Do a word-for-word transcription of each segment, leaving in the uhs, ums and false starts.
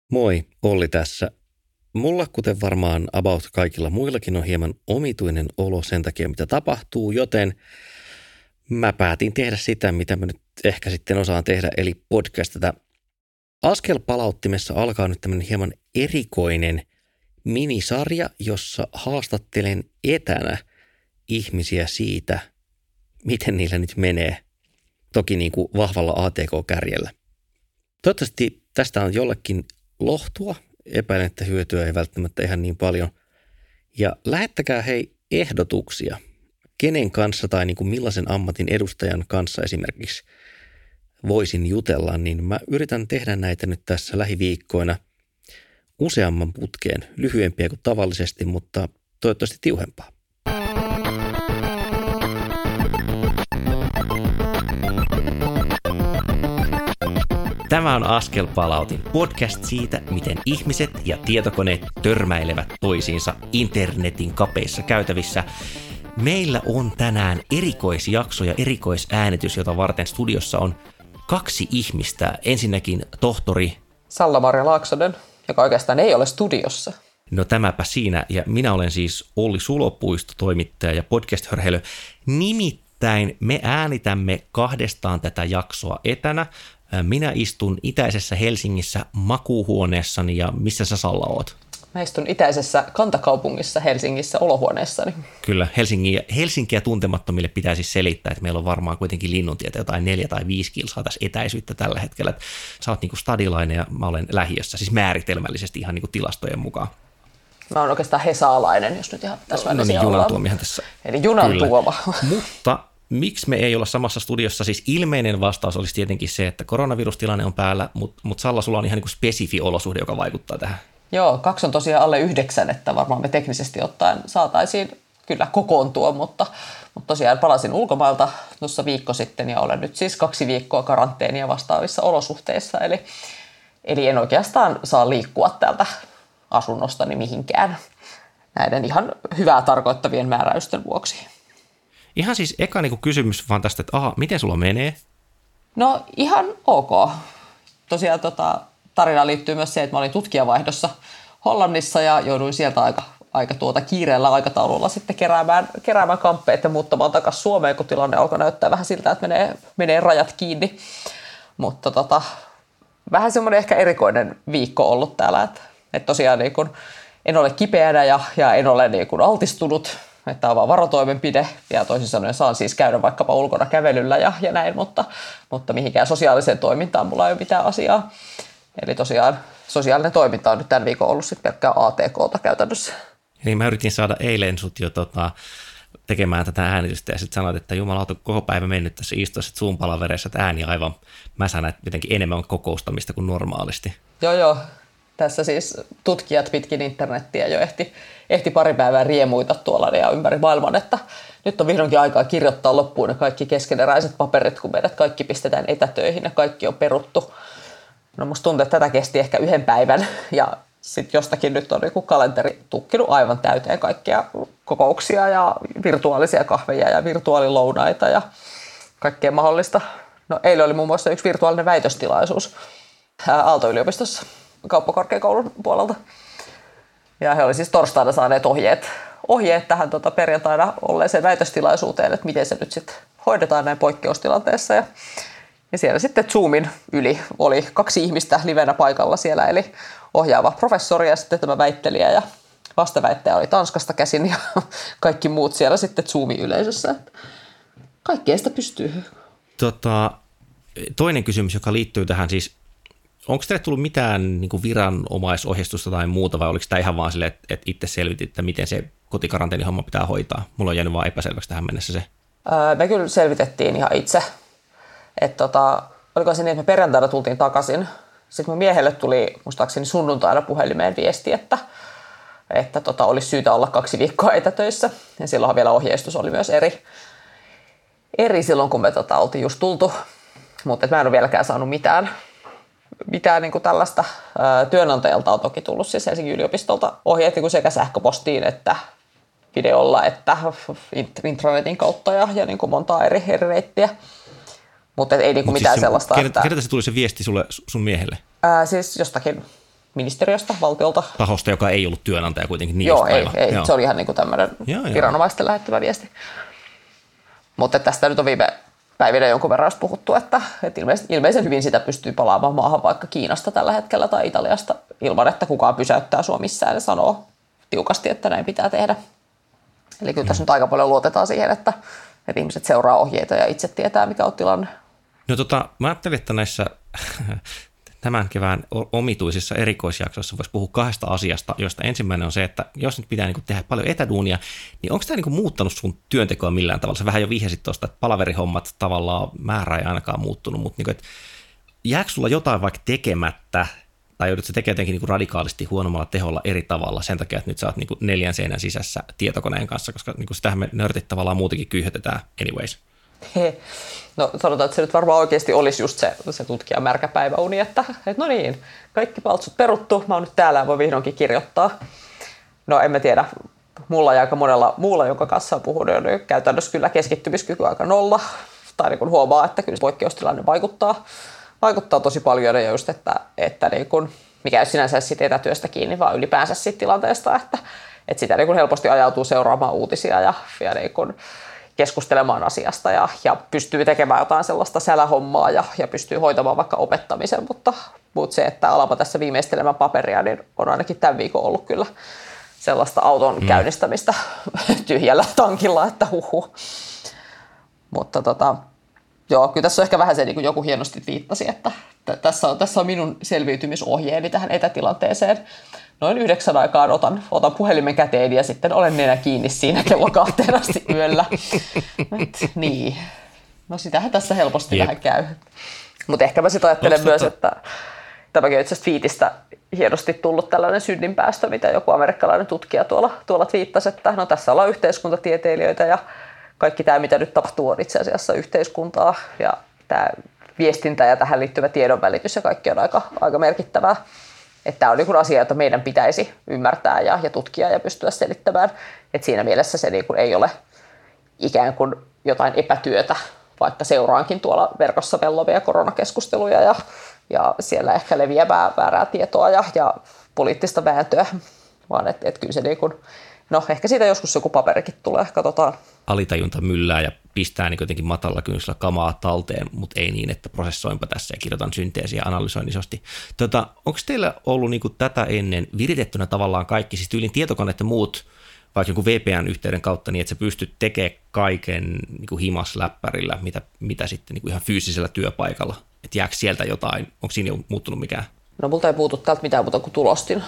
Moi, Olli tässä. Mulla, kuten varmaan about kaikilla muillakin, on hieman omituinen olo sen takia, mitä tapahtuu, joten mä päätin tehdä sitä, mitä mä nyt ehkä sitten osaan tehdä, eli podcastata. Askel-palauttimessa alkaa nyt tämmöinen hieman erikoinen minisarja, jossa haastattelen etänä ihmisiä siitä, miten niillä nyt menee. Toki niin kuin vahvalla A T K-kärjellä. Toivottavasti tästä on jollekin lohtua. Epäilen, että hyötyä ei välttämättä ihan niin paljon. Ja lähettäkää hei ehdotuksia, kenen kanssa tai niin kuin millaisen ammatin edustajan kanssa esimerkiksi voisin jutella, niin mä yritän tehdä näitä nyt tässä lähiviikkoina useamman putkeen, lyhyempiä kuin tavallisesti, mutta toivottavasti tiuhempaa. Tämä on Askel-palautin, podcast siitä, miten ihmiset ja tietokoneet törmäilevät toisiinsa internetin kapeissa käytävissä. Meillä on tänään erikoisjakso ja erikoisäänitys, jota varten studiossa on kaksi ihmistä. Ensinnäkin tohtori Salla-Maria Laaksonen, joka oikeastaan ei ole studiossa. No tämäpä siinä, ja minä olen siis Olli Sulopuisto, toimittaja ja podcast-hörhelö. Nimittäin me äänitämme kahdestaan tätä jaksoa etänä. Minä istun itäisessä Helsingissä makuuhuoneessani, ja missä sä Salla oot? Mä istun itäisessä kantakaupungissa Helsingissä olohuoneessani. Kyllä, Helsingiä, Helsinkiä tuntemattomille pitää siis selittää, että meillä on varmaan kuitenkin linnuntietä jotain neljä tai viisi kilsaa tässä etäisyyttä tällä hetkellä. Että sä oot niinku stadilainen ja mä olen lähiössä, siis määritelmällisesti ihan niinku tilastojen mukaan. Mä oon oikeastaan hesaalainen, jos nyt ihan tässä No niin, junantuomihan tässä. Eli junantuoma. Mutta miksi me ei olla samassa studiossa? Siis ilmeinen vastaus olisi tietenkin se, että koronavirustilanne on päällä, mutta mut Salla, sulla on ihan niin kuin spesifi olosuhde, joka vaikuttaa tähän. Joo, kaksi on tosiaan alle yhdeksän, että varmaan me teknisesti ottaen saataisiin kyllä kokoontua, mutta, mutta tosiaan palasin ulkomailta tuossa viikko sitten ja olen nyt siis kaksi viikkoa karanteenia vastaavissa olosuhteissa, eli, eli en oikeastaan saa liikkua täältä asunnostani mihinkään näiden ihan hyvää tarkoittavien määräysten vuoksi. Ihan siis eka niin kuin kysymys vaan tästä, että aha, miten sulla menee? No ihan ok. Tosiaan tota, tarinaan liittyy myös se, että mä olin tutkijavaihdossa Hollannissa ja jouduin sieltä aika, aika tuota kiireellä aikataululla sitten keräämään, keräämään kamppeet ja muuttamaan takaisin Suomeen, kun tilanne alkoi näyttää vähän siltä, että menee, menee rajat kiinni. Mutta tota, vähän semmoinen ehkä erikoinen viikko ollut täällä, että, että tosiaan niin kun en ole kipeänä ja, ja en ole niin kun altistunut. Että on vaan varotoimenpide ja toisin sanoen saan siis käydä vaikkapa ulkona kävelyllä ja, ja näin, mutta, mutta mihinkään sosiaaliseen toimintaan mulla ei ole mitään asiaa. Eli tosiaan sosiaalinen toiminta on nyt tämän viikon ollut sitten pelkkää A T K:ta käytännössä. Eli mä yritin saada eilen sut jo tota, tekemään tätä äänitystä ja sitten sanoit, että jumalauta koko päivä mennyt tässä istuessa Zoom-palavereissa, että ääni aivan mäsänä, että jotenkin enemmän kokoustamista kuin normaalisti. Joo joo. Tässä siis tutkijat pitkin internettiä jo ehti, ehti pari päivää riemuita tuolla ja ympäri maailman, että nyt on vihdoinkin aikaa kirjoittaa loppuun ne kaikki keskeneräiset paperit, kun meidät kaikki pistetään etätöihin ja kaikki on peruttu. No musta tuntuu, että tätä kesti ehkä yhden päivän ja sitten jostakin nyt on joku kalenteri tukkinut aivan täyteen kaikkia kokouksia ja virtuaalisia kahveja ja virtuaalilounaita ja kaikkea mahdollista. No eilen oli muun muassa yksi virtuaalinen väitöstilaisuus Aalto-yliopistossa kauppakorkeakoulun puolelta. Ja he olivat siis torstaina saaneet ohjeet, ohjeet tähän tota, perjantaina olleeseen väitöstilaisuuteen, että miten se nyt sitten hoidetaan näin poikkeustilanteessa. Ja, ja siellä sitten Zoomin yli oli kaksi ihmistä livenä paikalla siellä, eli ohjaava professori ja sitten tämä väittelijä. Ja vastaväittäjä oli Tanskasta käsin ja kaikki muut siellä sitten Zoomin yleisössä. Kaikkea sitä pystyy. Tota, toinen kysymys, joka liittyy tähän siis, onko teille tullut mitään niin kuin viranomaisohjeistusta tai muuta, vai oliko tämä ihan vaan silleen, että itse selvitit, että miten se kotikaranteenihomma pitää hoitaa? Mulla on jäänyt vaan epäselväksi tähän mennessä se. Öö, me kyllä selvitettiin ihan itse. Että tota, oliko se niin, että me perjantaina tultiin takaisin. Sitten mun miehelle tuli muistaakseni sunnuntaina puhelimeen viesti, että, että tota, olisi syytä olla kaksi viikkoa etätöissä. Ja silloinhan vielä ohjeistus oli myös eri, eri silloin, kun me tota, oltiin just tultu. Mutta mä en ole vieläkään saanut mitään. Mitään niin kuin tällaista ää, työnantajalta on toki tullut siis Helsingin yliopistolta ohjeet niin kuin sekä sähköpostiin että videolla että intranetin kautta ja, ja niin kuin montaa eri, eri reittiä. Mutta ei niin kuin mitään siis se, sellaista. Kerta, että... kerta se tuli se viesti sulle, sun miehelle? Ää, siis jostakin ministeriöstä, valtiolta. Tahosta, joka ei ollut työnantaja kuitenkin. Niin Joo, ei, ei. Se oli ihan niin kuin tämmöinen joo, viranomaisten joo. lähettämä viesti. Mutta tästä nyt on viime päivinä jonkun verran puhuttu, että, että ilmeisen, ilmeisen hyvin sitä pystyy palaamaan maahan vaikka Kiinasta tällä hetkellä tai Italiasta ilman, että kukaan pysäyttää sua missään ja sanoo tiukasti, että näin pitää tehdä. Eli kyllä tässä mm. nyt aika paljon luotetaan siihen, että, että ihmiset seuraa ohjeita ja itse tietää, mikä on tilanne. No tota, mä ajattelin, että näissä tämän kevään omituisissa erikoisjaksoissa voisi puhua kahdesta asiasta, joista ensimmäinen on se, että jos nyt pitää niin kuin tehdä paljon etäduunia, niin onko tämä niin kuin muuttanut sun työntekoa millään tavalla? Sä vähän jo vihjasit tuosta, että palaverihommat tavallaan määrä ei ainakaan muuttunut, mutta niin kuin, että jääkö sulla jotain vaikka tekemättä, tai joudut sä tekemään jotenkin niin kuin radikaalisti huonommalla teholla eri tavalla sen takia, että nyt sä oot niin kuin neljän seinän sisässä tietokoneen kanssa, koska niin kuin sitähän me nörtit tavallaan muutenkin kyyhötetään anyways. He. No sanotaan, että se nyt varmaan oikeasti olisi just se, se tutkijan märkä päiväuni, että, että no niin, kaikki paltsut peruttu, mä oon nyt täällä ja voi vihdoinkin kirjoittaa. No en mä tiedä, mulla ja aika monella muulla, jonka kanssa on puhunut, on käytännössä kyllä keskittymiskyky aika nolla, tai niin kun huomaa, että kyllä poikkeustilanne vaikuttaa, vaikuttaa tosi paljon, ja just, että, että niin kun, mikä ei sinänsä siitä etätyöstä kiinni, vaan ylipäänsä siitä tilanteesta, että, että sitä niin kun helposti ajautuu seuraamaan uutisia ja, ja niin kun keskustelemaan asiasta ja, ja pystyy tekemään jotain sellaista sälähommaa ja, ja pystyy hoitamaan vaikka opettamisen, mutta, mutta se, että alapa tässä viimeistelemään paperia, niin on ainakin tämän viikon ollut kyllä sellaista auton mm. käynnistämistä tyhjällä tankilla, että huhu. Mutta tota, joo, kyllä tässä on ehkä vähän se, niin kuin joku hienosti viittasi, että t- tässä, on, tässä on minun selviytymisohjeeni tähän etätilanteeseen. Noin yhdeksän aikaan otan, otan puhelimen käteen ja sitten olen nenä kiinni siinä kello kahteen asti yöllä. Et, niin. No sitähän tässä helposti Jep. vähän käy. Mutta ehkä mä sitten ajattelen Onks myös, tota... että tämäkin on itse asiassa twiitistä hienosti tullut tällainen synninpäästö, mitä joku amerikkalainen tutkija tuolla, tuolla twiittasi, että no tässä ollaan yhteiskuntatieteilijöitä ja kaikki tämä, mitä nyt tapahtuu, on itse asiassa yhteiskuntaa ja tämä viestintä ja tähän liittyvä tiedonvälitys ja kaikki on aika, aika merkittävää. Että tämä on niin kuin asia, jota meidän pitäisi ymmärtää ja, ja tutkia ja pystyä selittämään. Et siinä mielessä se niin kuin ei ole ikään kuin jotain epätyötä, vaikka seuraankin tuolla verkossa vellovia koronakeskusteluja ja, ja siellä ehkä leviää väärää tietoa ja, ja poliittista vääntöä, vaan että et kyllä se niin kuin, no ehkä siitä joskus joku paperikin tulee, katsotaan. Alitajunta myllää ja pistää niin jotenkin matalalla kynnyksellä kamaa talteen, mutta ei niin, että prosessoinpa tässä ja kirjoitan synteesiä ja analysoin isosti. Tota, onko teillä ollut niin kuin tätä ennen viritettynä tavallaan kaikki, siis tyylin tietokoneet ja muut, vaikka jonkun V P N-yhteyden kautta, niin että sä pystyt tekemään kaiken niin kuin himasläppärillä, mitä, mitä sitten niin kuin ihan fyysisellä työpaikalla, että jääkö sieltä jotain, onko siinä jo muuttunut mikään? No multa ei puutu täältä mitään muuta kuin tulostin.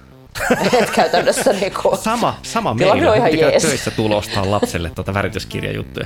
Et käytännössä niinku sama, sama meillä, on ihan jees. Töissä tulostaa lapselle tuota värityskirjajuttuja.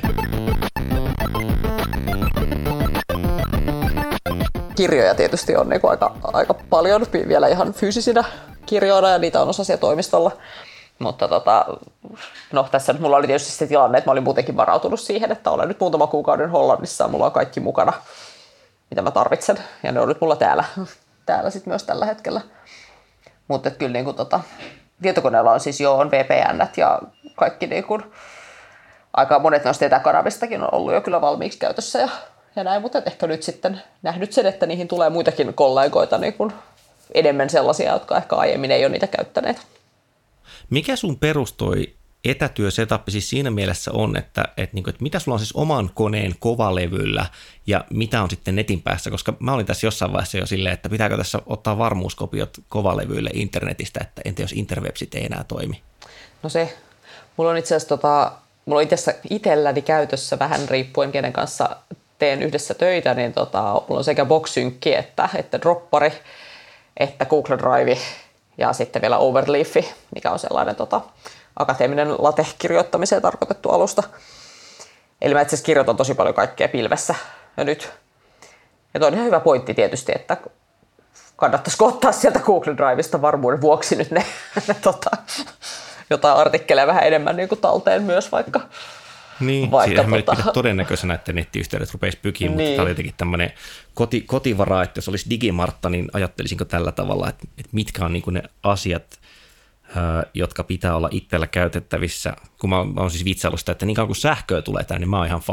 Kirjoja tietysti on niinku aika, aika paljon vielä ihan fyysisinä kirjoina ja niitä on osa siellä toimistolla. Mutta tota, no tässä nyt mulla oli tietysti se tilanne, että mä olin muutenkin varautunut siihen, että olen nyt muutama kuukauden Hollannissa ja mulla on kaikki mukana, mitä mä tarvitsen. Ja ne on nyt mulla täällä, täällä sit myös tällä hetkellä. Mutta kyllä niin kuin, tota, tietokoneella on siis jo on V P N ja kaikki niin kuin, aika monet noista etäkanavistakin on ollut jo kyllä valmiiksi käytössä ja, ja näin, mutta ehkä nyt sitten nähnyt sen, että niihin tulee muitakin kollegoita niin kuin enemmän sellaisia, jotka ehkä aiemmin ei ole niitä käyttäneet. Mikä sun perustoi etätyösetappi siis siinä mielessä on, että, että, että, että mitä sulla on siis oman koneen kovalevyllä ja mitä on sitten netin päässä, koska mä olin tässä jossain vaiheessa jo silleen, että pitääkö tässä ottaa varmuuskopiot kovalevyille internetistä, että entä jos interwebsit ei enää toimi? No se, mulla on itse asiassa tota, mulla on itse itselläni käytössä vähän riippuen kenen kanssa teen yhdessä töitä, niin tota, mulla on sekä Boxsynkki että, että Droppari, että Google Drive ja sitten vielä Overleaf, mikä on sellainen tota, akateeminen late-kirjoittamiseen tarkoitettu alusta. Eli mä itse asiassa kirjoitan tosi paljon kaikkea pilvessä jo nyt. Ja toi on ihan hyvä pointti tietysti, että kannattaisi ottaa sieltä Google Drivesta varmuuden vuoksi nyt ne, ne tota, jotain artikkeleja vähän enemmän niin kuin talteen myös vaikka. Niin, vaikka siinä tota... pidä todennäköisenä, että nettiyhteydet rupeisi pykiin, niin. Mutta tämä oli jotenkin tämmöinen koti, kotivara, että jos olisi Digimartta, niin ajattelisinko tällä tavalla, että, että mitkä on niin kuin ne asiat, jotka pitää olla itsellä käytettävissä, kun mä oon siis vitsaillut sitä, että niin kauan kun sähköä tulee tänne, niin mä oon ihan fine.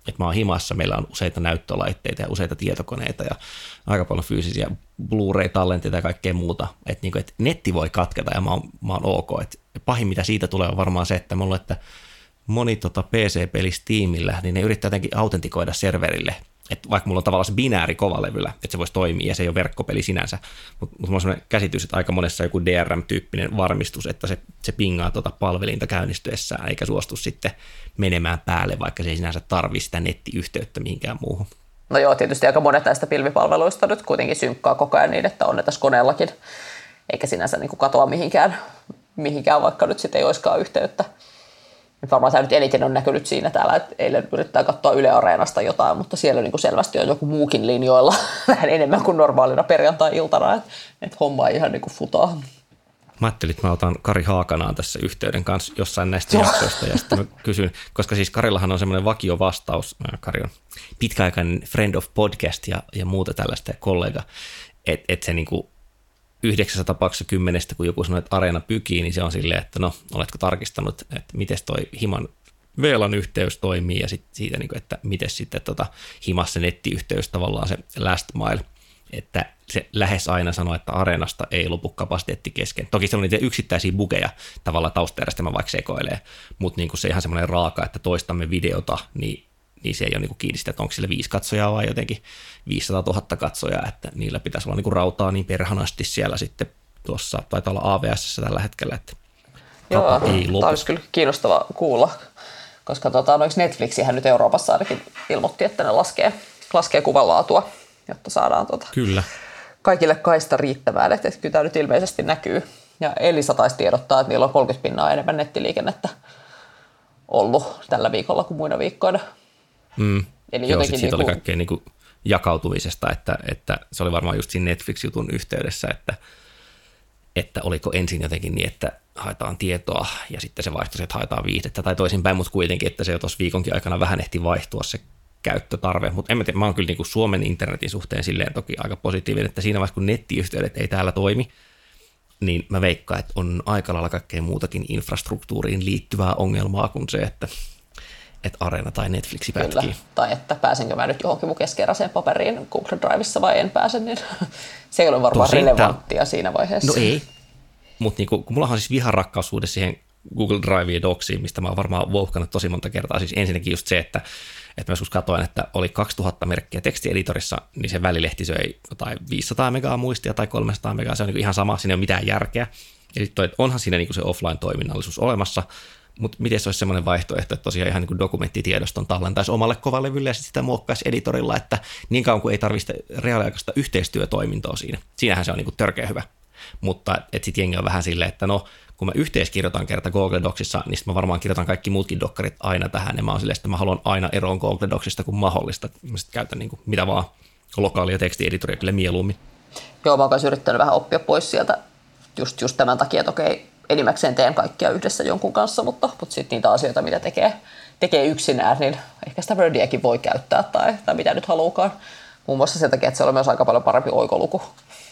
että mä oon himassa, meillä on useita näyttölaitteita ja useita tietokoneita ja aika paljon fyysisiä Blu-ray-tallenteita ja kaikkea muuta, että niinku, et netti voi katketa ja mä oon, mä oon ok. Et pahin mitä siitä tulee on varmaan se, että mulla että moni tota P C-peli Steamillä, niin ne yrittää jotenkin autentikoida serverille, että vaikka mulla on tavallaan se binääri kovalevyllä, että se voisi toimia ja se ei ole verkkopeli sinänsä, mutta mulla on sellainen käsitys, että aika monessa joku D R M-tyyppinen varmistus, että se, se pingaa tuota palvelinta käynnistyessään eikä suostu sitten menemään päälle, vaikka se ei sinänsä tarvitse sitä nettiyhteyttä mihinkään muuhun. No joo, tietysti aika monet näistä pilvipalveluista nyt kuitenkin synkkaa koko ajan niin, että on ne tässä koneellakin, eikä sinänsä niin kuin katoa mihinkään, mihinkään, vaikka nyt sitten ei olisikaan yhteyttä. Nyt varmaan tämä nyt eniten on näkynyt siinä täällä, että eilen yrittää katsoa Yle Areenasta jotain, mutta siellä niin kuin selvästi on joku muukin linjoilla vähän enemmän kuin normaalina perjantai-iltana, että, että homma ei ihan niin kuin futaa. Mä ajattelin, että mä otan Kari Haakanaan tässä yhteyden kanssa jossain näistä jaksoista ja sitten mä kysyn, koska siis Karillahan on semmoinen vakiovastaus, Kari on pitkäaikainen friend of podcast ja, ja muuta tällaista kollega, että et se niinku yhdeksässä tapauksessa kymmenestä, kun joku sanoo, että Areena pykii, niin se on silleen, että no, oletko tarkistanut, että miten toi himan V LAN yhteys toimii ja sit siitä, että miten sitten tota, himassa nettiyhteys tavallaan se last mile, että se lähes aina sanoo, että Areenasta ei lopu kapasiteetti kesken. Toki se on niitä yksittäisiä bugeja tavallaan taustajärjestelmä vaikka sekoilee, mutta niin se ihan semmoinen raaka, että toistamme videota, niin, niin se ei ole niin kiinni sitä, että onko sillä viisi katsojaa vai jotenkin viisisataatuhatta katsojaa, että niillä pitäisi olla niin rautaa niin perhanasti siellä sitten tuossa, taitaa olla A V S tällä hetkellä, että joo, tämä olisi kyllä kiinnostava kuulla, koska tota, no, Netflixihän nyt Euroopassa ainakin ilmoitti, että ne laskee, laskee kuvanlaatua, jotta saadaan tota, kyllä. kaikille kaista riittämään, että, että kyllä tämä nyt ilmeisesti näkyy. Ja Elisa taisi tiedottaa, että niillä on kolmekymmentä pinnaa enemmän nettiliikennettä ollut tällä viikolla kuin muina viikkoina. Mm. Eli joo, sitten siitä niin kuin oli kaikkea niin kuin jakautumisesta, että, että se oli varmaan just siinä Netflix-jutun yhteydessä, että, että oliko ensin jotenkin niin, että haetaan tietoa ja sitten se vaihtui, että haetaan viihdettä tai toisinpäin, mutta kuitenkin, että se jo tuossa viikonkin aikana vähän ehti vaihtua se käyttötarve, mutta en mä tiedä, mä oon kyllä niin kuin Suomen internetin suhteen silleen toki aika positiivinen, että siinä vaiheessa kun nettiyhteydet ei täällä toimi, niin mä veikkaan, että on aika lailla kaikkea muutakin infrastruktuuriin liittyvää ongelmaa kuin se, että, että Areena tai Netflixi pätkii. Kyllä, tai että pääsenkö mä nyt johonkin mun keskeräiseen paperiin Google Drivessa vai en pääse, niin se ei ole varmaan Tosin relevanttia tämän siinä vaiheessa. No ei, mutta niin kun, kun mulla on siis viharakkaussuhde siihen Google Driveen ja Docsiin, mistä mä oon varmaan vouhkannut tosi monta kertaa. Siis ensinnäkin just se, että, että mä joskus katsoin, että oli kaksituhatta merkkiä tekstieditorissa, niin se välilehti söi jotain viisisataa megaa muistia tai kolmesataa megaa, se on niin ihan sama, siinä ei ole mitään järkeä. Ja sitten onhan siinä niin se offline-toiminnallisuus olemassa, mutta miten se olisi semmoinen vaihtoehto, että tosiaan ihan niin dokumenttitiedoston tallentaisi omalle kovalevylle ja sitten sitä muokkaisi editorilla, että niin kauan kuin ei tarvitse reaaliaikaista yhteistyötoimintoa siinä. Siinähän se on niin kuin törkeä hyvä. Mutta sitten jengi on vähän silleen, että no, kun mä yhteiskirjoitan kerta Google Docsissa, niin sitten mä varmaan kirjoitan kaikki muutkin dokkarit aina tähän, ja mä oon silleen, että mä haluan aina eroon Google Docsista kuin mahdollista. Mä sitten käytän niin kuin mitä vaan lokaalia tekstieditoria kyllä mieluummin. Joo, mä oon kanssa yrittänyt vähän oppia pois sieltä just, just tämän takia, että okei, enimmäkseen teen kaikkia yhdessä jonkun kanssa, mutta, mutta sitten niitä asioita, mitä tekee, tekee yksinään, niin ehkä sitä Wordiakin voi käyttää tai, tai mitä nyt haluukaan. Muun muassa sen takia, että se on myös aika paljon parempi oikoluku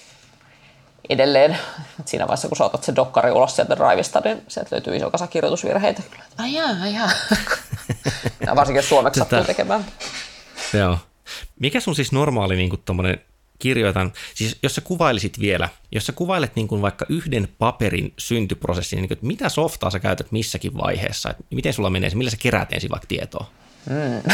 edelleen. Et siinä vaiheessa, kun sä otat sen dokkari ulos sieltä Drivesta, niin sieltä löytyy iso kasa kirjoitusvirheitä. Ai jaa, ai jaa. Ja varsinkin jos suomeksi sattuu tekemään. Joo. Mikä sun siis normaali niin kuin tommonen kirjoitan, siis jos sä kuvailisit vielä, jos sä kuvailet niin kuin vaikka yhden paperin syntyprosessin, niin kuin, että mitä softaa sä käytät missäkin vaiheessa, että miten sulla menee, millä sä keräät ensin vaikka tietoa? Mm.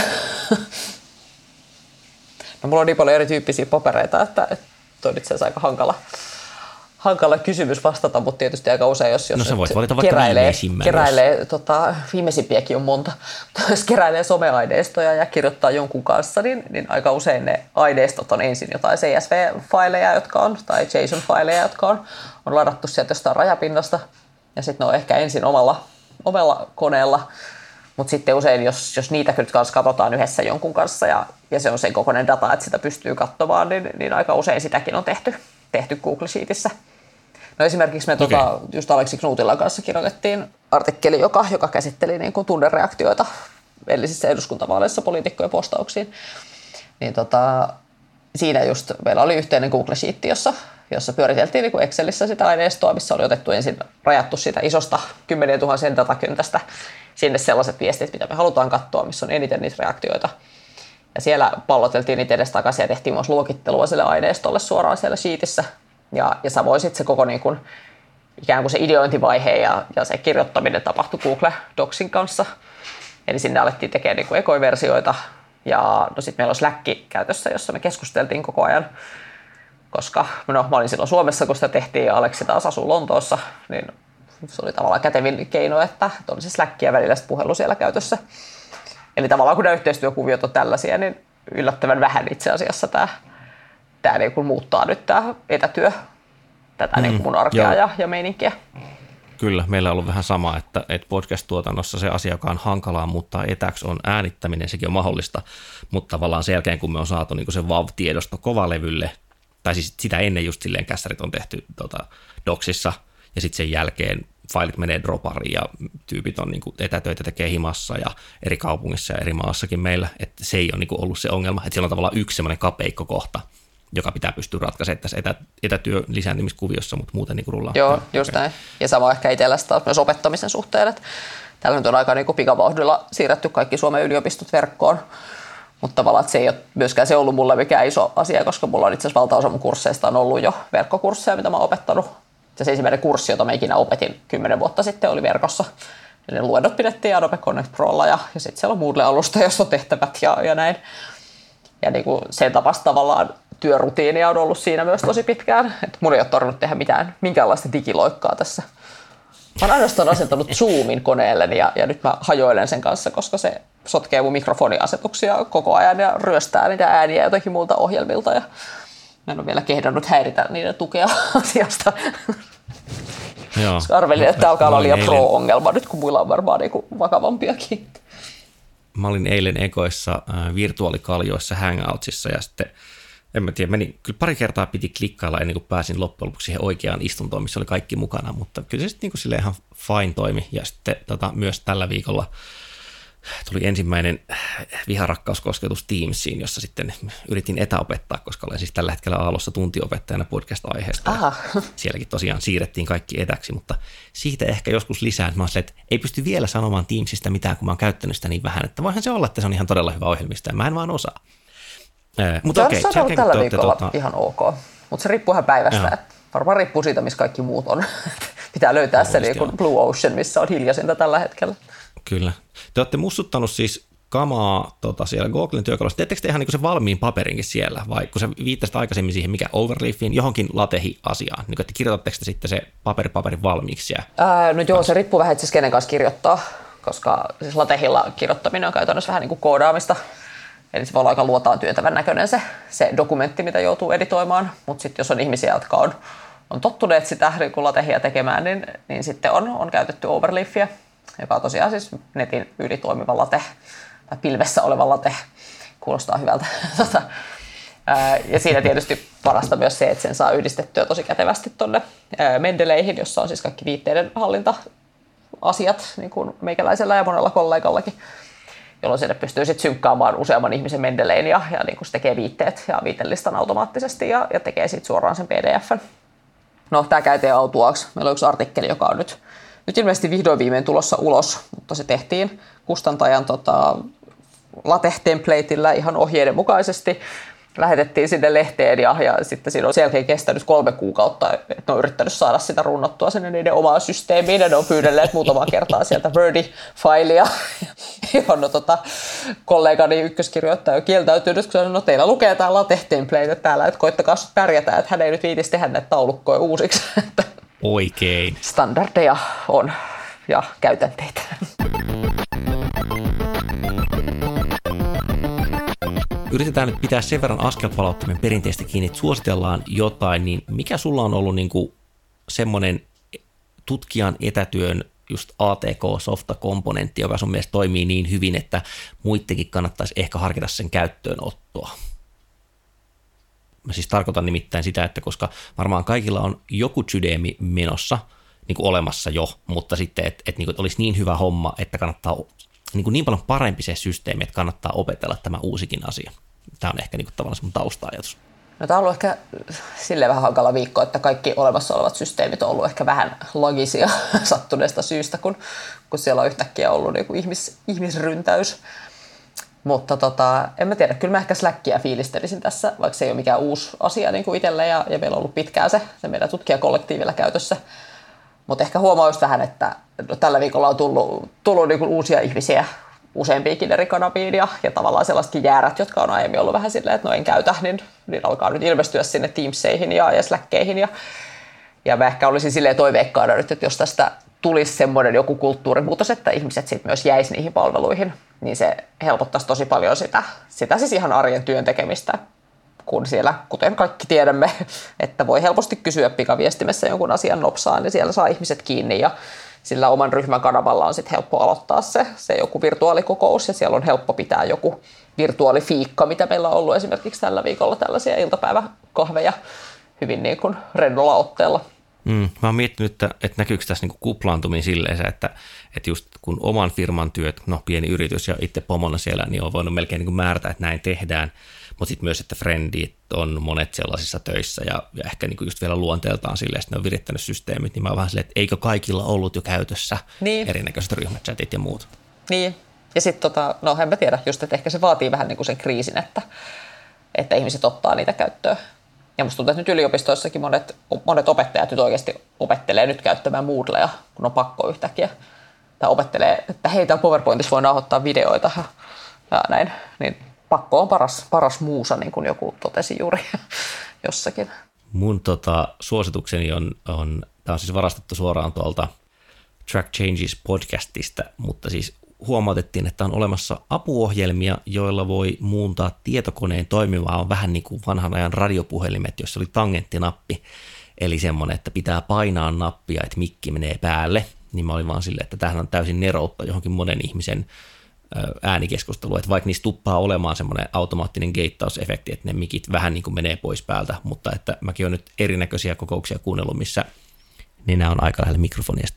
No mulla on niin paljon erityyppisiä papereita, että, että toi on itse asiassa aika hankala. hankala kysymys vastata, mutta tietysti aika usein, jos, jos no, keräilee, keräilee tota, viimeisimpiäkin on monta, jos keräilee someaineistoja ja kirjoittaa jonkun kanssa, niin, niin aika usein ne aineistot on ensin jotain C S V-faileja, jotka on, tai JSON-faileja, jotka on, on ladattu sieltä jostain rajapinnasta, ja sitten ne on ehkä ensin omalla, omalla koneella, mutta sitten usein, jos, jos niitä nyt kanssa katsotaan yhdessä jonkun kanssa, ja, ja se on sen kokoinen data, että sitä pystyy katsomaan, niin, niin aika usein sitäkin on tehty, tehty Google Sheetissä. No esimerkiksi me okay. tuota, just Aleksi Knutilan kanssa kirjoitettiin artikkeli, joka, joka käsitteli niin kuin tunnereaktioita edellisissä eduskuntavaaleissa poliitikkojen postauksiin. Niin tota, siinä just meillä oli yhteinen Google Sheet, jossa, jossa pyöriteltiin niin kuin Excelissä sitä aineistoa, missä oli otettu ensin rajattu sitä isosta kymmenien tuhansien datakyntästä sinne sellaiset viestit, mitä me halutaan katsoa, missä on eniten niitä reaktioita. Ja siellä palloteltiin niitä edestakaisin ja tehtiin myös luokittelua sille aineistolle suoraan siellä sheetissä. Ja, ja samoin sitten se koko niin kuin, ikään kuin se ideointivaihe ja, ja se kirjoittaminen tapahtui Google Docsin kanssa. Eli sinne alettiin tekemään niin kuin ekoiversioita. Ja no sitten meillä on Slack käytössä, jossa me keskusteltiin koko ajan. Koska no, mä olin silloin Suomessa, kun sitä tehtiin ja Aleksi taas asui Lontoossa. Niin se oli tavallaan kätevin keino, että oli se Slack ja välillä puhelu siellä käytössä. Eli tavallaan kun nämä yhteistyökuviot on tällaisia, niin yllättävän vähän itse asiassa tämä, tämä niin kuin muuttaa nyt tämä etätyö tätä mm, niin kuin mun arkea ja, ja meininkiä. Kyllä, meillä on ollut vähän sama, että, että podcast-tuotannossa se asia, joka on hankalaa muuttaa etäksi, on äänittäminen, sekin on mahdollista, mutta tavallaan sen jälkeen, kun me on saatu niin kuin se W A V-tiedosto kovalevylle, tai siis sitä ennen just silleen kässärit on tehty tota, Docsissa, ja sitten sen jälkeen failit menee dropariin ja tyypit on niin kuin etätöitä tekee himassa ja eri kaupungissa ja eri maassakin meillä, että se ei ole niin kuin ollut se ongelma, että siellä on tavallaan yksi semmoinen kapeikko kohta, joka pitää pystyä ratkaisemaan tässä etä, etätyön lisääntymiskuviossa, mutta muuten niin kuin rullaa. Joo, just näin. Ja sama ehkä itsellä taas myös opettamisen suhteen, että täällä nyt on aika niin kuin pikavauhdilla siirretty kaikki Suomen yliopistot verkkoon, mutta tavallaan että se ei ole myöskään se ollut mulle mikään iso asia, koska mulla on itse asiassa valtaosa mun kursseista on ollut jo verkkokursseja, mitä mä oon opettanut. Se ensimmäinen kurssi, jota mä ikinä opetin kymmenen vuotta sitten, oli verkossa. Eli ne luennot pidettiin Adobe Connect Prolla ja, ja sitten siellä on Moodle-alusta, jossa on tehtävät ja, ja näin. Ja niin kuin sen tapasta tavallaan työrutiinia on ollut siinä myös tosi pitkään. Et mun ei ole tarvinnut tehdä mitään, minkäänlaista digiloikkaa tässä. Mä oon ainoastaan asentanut Zoomin koneelleni ja, ja nyt mä hajoilen sen kanssa, koska se sotkee mun mikrofoniasetuksia koko ajan ja ryöstää niitä ääniä jotenkin muilta ohjelmilta. Ja mä en ole vielä kehdannut häiritä niiden tukea asiasta. Joo. Arvelin, että tämä alkaa olla liian pro-ongelma nyt, kun muilla on varmaan niin kuin vakavampiakin. Mä olin eilen ekoissa äh, virtuaalikaljoissa Hangoutsissa ja sitten, en mä tiedä, meni, kyllä pari kertaa piti klikkailla ennen kuin pääsin loppujen lopuksi siihen oikeaan istuntoon, missä oli kaikki mukana, mutta kyllä se sitten niin kuin silleen ihan fine toimi. Ja sitten tota, myös tällä viikolla tuli ensimmäinen viharakkauskosketus Teamsiin, jossa sitten yritin etäopettaa, koska olen siis tällä hetkellä Aallossa tuntiopettajana podcast-aiheesta. Sielläkin tosiaan siirrettiin kaikki etäksi, mutta siitä ehkä joskus lisää. Mä olen että ei pysty vielä sanomaan Teamsista mitään, kun mä oon käyttänyt sitä niin vähän, että voihan se olla, että se on ihan todella hyvä ohjelmista, ja mä en vaan osaa. Eh, mutta okei, se on ollut tällä viikolla tuota... ihan ok, mutta se riippuu ihan päivästä. Että varmaan riippuu siitä, missä kaikki muut on. Pitää löytää no, se niin kuin Blue Ocean, missä on hiljaisinta tällä hetkellä. Kyllä. Te olette mussuttanut siis kamaa tota, siellä Googlen työkalussa. Teettekö te ihan niin kuin se valmiin paperinkin siellä, vai kun sä viittasit aikaisemmin siihen, mikä overleafiin, johonkin latehi-asiaan, niin että kirjoitatteko te sitten se paperi-paperin valmiiksi? Ää, no joo, se riippuu vähän itse kenen kanssa kirjoittaa, koska siis latehilla kirjoittaminen on käytännössä vähän niin kuin koodaamista. Eli se voi olla aika luotaan työtävän näköinen se, se dokumentti, mitä joutuu editoimaan, mutta sitten jos on ihmisiä, jotka on, on tottuneet sitä niin kuin latehia tekemään, niin, niin sitten on, on käytetty overleafia, joka on tosiaan siis netin yli toimiva late, tai pilvessä oleva late, kuulostaa hyvältä. Ja siinä tietysti parasta myös se, että sen saa yhdistettyä tosi kätevästi tuonne Mendeleihin, jossa on siis kaikki viitteiden hallinta-asiat, niin kuin meikäläisellä ja monella kollegallakin, jolloin sinne pystyy sitten synkkaamaan useamman ihmisen Mendelein ja, ja niin kuin se tekee viitteet ja viitelistan automaattisesti ja, ja tekee sitten suoraan sen P D F:n. No, tämä käytiin autuaaksi. Meillä on yksi artikkeli, joka on nyt Nyt ilmeisesti vihdoin viimein tulossa ulos, mutta se tehtiin kustantajan tota, LaTeX-templateillä ihan ohjeiden mukaisesti. Lähetettiin sinne lehteen ja, ja sitten siinä on selkeä kestänyt kolme kuukautta, että ne on yrittänyt saada sitä runnottua sinne niiden omaan systeemiin ja ne on pyydelleet muutamaa kertaa sieltä Wordi-failia, johon no, tota, kollegani ykköskirjoittaja on kieltäytynyt, kun sanoi, no teillä lukee tämä LaTeX-template täällä, että koittakaa pärjätä, että hän ei nyt viitisi tehdä näitä taulukkoja uusiksi. Oikein. Standardeja on ja käytänteitä. Yritetään nyt pitää sen verran askelpalauttimen perinteistä kiinni, että suositellaan jotain, niin mikä sulla on ollut niin kuin semmoinen tutkijan etätyön just A T K-softa-komponentti, joka sun mielestä toimii niin hyvin, että muittenkin kannattaisi ehkä harkita sen käyttöönottoa? Mä siis tarkoitan nimittäin sitä, että koska varmaan kaikilla on joku Udemy menossa niin kuin olemassa jo, mutta sitten, että et, niin kuin, olisi niin hyvä homma, että kannattaa niin, kuin niin paljon parempi se systeemi, että kannattaa opetella tämä uusikin asia. Tämä on ehkä niin kuin tavallaan semmoinen tausta-ajatus. No, tämä on ollut ehkä silleen vähän hankala viikko, että kaikki olemassa olevat systeemit on ollut ehkä vähän logisia sattuneesta syystä, kun, kun siellä on yhtäkkiä ollut niin kuin ihmis, ihmisryntäys. Mutta tota, en mä tiedä, kyllä mä ehkä Slackia fiilistelisin tässä, vaikka se ei ole mikään uusi asia niin kuin itselle ja, ja meillä on ollut pitkään se, se meidän tutkijakollektiivilla käytössä. Mutta ehkä huomaa just vähän, että tällä viikolla on tullut, tullut niin kuin uusia ihmisiä useampiakin eri kanaviin ja, ja tavallaan sellaisetkin jäärät, jotka on aiemmin ollut vähän silleen, että no en käytä, niin, niin alkaa nyt ilmestyä sinne Teamseihin ja, ja Slackkeihin. Ja, ja mä ehkä olisin silleen toiveikkaana nyt, että jos tästä tulisi semmoinen joku kulttuurimuutos, että ihmiset sitten myös jäisi niihin palveluihin, niin se helpottaisi tosi paljon sitä, sitä siis ihan arjen työn tekemistä, kun siellä, kuten kaikki tiedämme, että voi helposti kysyä pikaviestimessä jonkun asian nopsaan, niin siellä saa ihmiset kiinni ja sillä oman ryhmän kanavalla on sitten helppo aloittaa se, se joku virtuaalikokous ja siellä on helppo pitää joku virtuaalifiikka, mitä meillä on ollut esimerkiksi tällä viikolla tällaisia iltapäiväkahveja hyvin niin kuin rennolla otteella. Mm, mä oon miettinyt, että, että näkyykö tässä niinku kuplaantuminen silleen, että, että just kun oman firman työt, no pieni yritys ja itse pomona siellä, niin on voinut melkein niin kuin määrätä, että näin tehdään, mutta sitten myös, että friendit on monet sellaisissa töissä ja, ja ehkä niin kuin just vielä luonteeltaan silleen, että ne on virittänyt systeemit, niin mä oon vähän silleen, että eikö kaikilla ollut jo käytössä niin erinäköiset ryhmächatit ja muut. Niin, ja sitten tota, no en mä tiedä, just että ehkä se vaatii vähän niin kuin sen kriisin, että, että ihmiset ottaa niitä käyttöön. Ja musta tuntuu, että nyt yliopistoissakin monet, monet opettajat nyt oikeasti opettelee nyt käyttämään Moodlea, kun on pakko yhtäkkiä. Tai opettelee, että hei, täällä PowerPointissa voi nauhoittaa videoita ja näin. Niin pakko on paras, paras muusa, niin kuin joku totesi juuri jossakin. Mun tota, suositukseni on, on, tämä on siis varastettu suoraan tuolta Track Changes podcastista, mutta siis huomautettiin, että on olemassa apuohjelmia, joilla voi muuntaa tietokoneen toimimaan. On vähän niin kuin vanhan ajan radiopuhelimet, jossa oli tangenttinappi, eli semmoinen, että pitää painaa nappia, että mikki menee päälle. Niin mä olin vaan silleen, että tämähän on täysin neroutta johonkin monen ihmisen äänikeskusteluun, että vaikka niistä tuppaa olemaan semmoinen automaattinen geittausefekti, että ne mikit vähän niin kuin menee pois päältä, mutta että mäkin olen nyt erinäköisiä kokouksia kuunnellut, missä nenä on aika lähellä mikrofonia.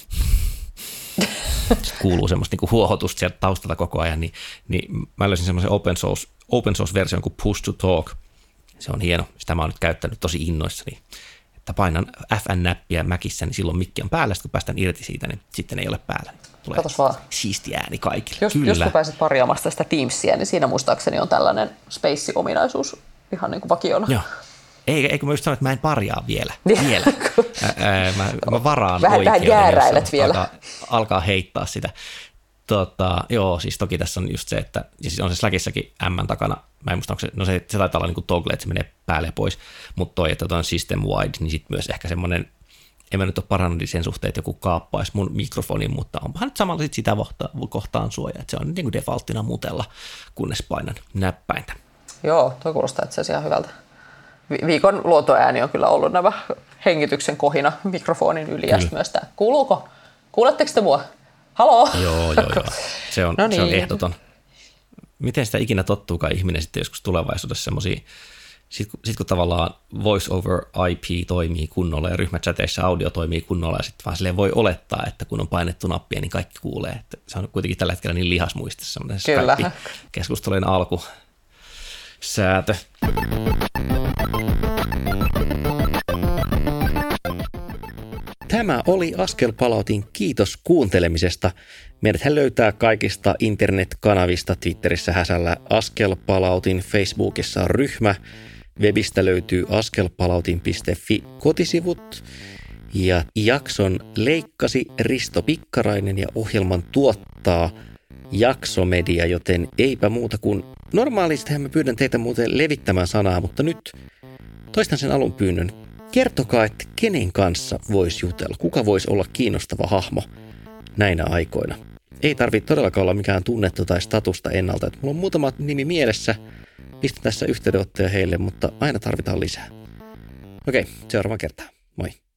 Sitten kuuluu semmoista niin kuin huohotusta sieltä taustalta koko ajan, niin, niin mä löysin semmoisen open source, open source-version kuin Push to Talk. Se on hieno. Sitä mä oon nyt käyttänyt tosi innoissani. Että painan F N-näppiä Mäkissä, niin silloin mikki on päällä. Sitten kun päästään irti siitä, niin sitten ei ole päällä. Tulee siisti ääni kaikille. Jos, jos kun pääset parjaamasta sitä Teamsia, niin siinä muistaakseni on tällainen space-ominaisuus ihan niin kuin vakiona. Joo. Eikö mä just sano, että mä en parjaa vielä. vielä. Ää, mä, mä varaan vähän, oikeuden, vähän jääräilet vielä. Alkaa, alkaa heittaa sitä. Tota, joo, siis toki tässä on just se, että siis on se Slackissakin M takana. Mä en muista, onko se, no se, se taitaa olla niin kuin toggle, että se menee päälle ja pois. Mutta toi, että on system wide, niin sitten myös ehkä semmoinen, en mä nyt ole parannut sen suhteen, että joku kaappaisi mun mikrofonin, mutta onpahan nyt samalla sit sitä kohtaan suojaa. Että se on niin kuin defaulttina mutella, kunnes painan näppäintä. Joo, toi kuulostaa itse asiassa ihan hyvältä. Viikon luontoääni on kyllä ollut nämä hengityksen kohina mikrofonin yli ja myös tämä. Kuuluuko? Kuuletteko te mua? Haloo? Joo, joo, joo. Se on, no niin. Se on ehdoton. Miten sitä ikinä tottuukaan ihminen sitten joskus tulevaisuudessa semmoisia, sitten sit kun tavallaan voice over I P toimii kunnolla ja ryhmächateissa audio toimii kunnolla ja sitten vaan silleen voi olettaa, että kun on painettu nappia, niin kaikki kuulee. Että se on kuitenkin tällä hetkellä niin lihasmuistissa semmoinen Skype-keskustelujen alku. Säätö. Tämä oli Askelpalautin. Kiitos kuuntelemisesta. Meidäthän löytää kaikista internetkanavista, Twitterissä häsällä Askelpalautin, Facebookissa on ryhmä, webistä löytyy askelpalautin piste fi kotisivut ja jakson leikkasi Risto Pikkarainen ja ohjelman tuottaa Jaksomedia, joten eipä muuta kuin normaalistihan mä pyydän teitä muuten levittämään sanaa, mutta nyt toistan sen alun pyynnön. Kertokaa, että kenen kanssa voisi jutella, kuka voisi olla kiinnostava hahmo näinä aikoina. Ei tarvitse todellakaan olla mikään tunnettu tai statusta ennalta. Että mulla on muutama nimi mielessä, pistän tässä yhteydenottoja heille, mutta aina tarvitaan lisää. Okei, seuraava kertaa. Moi.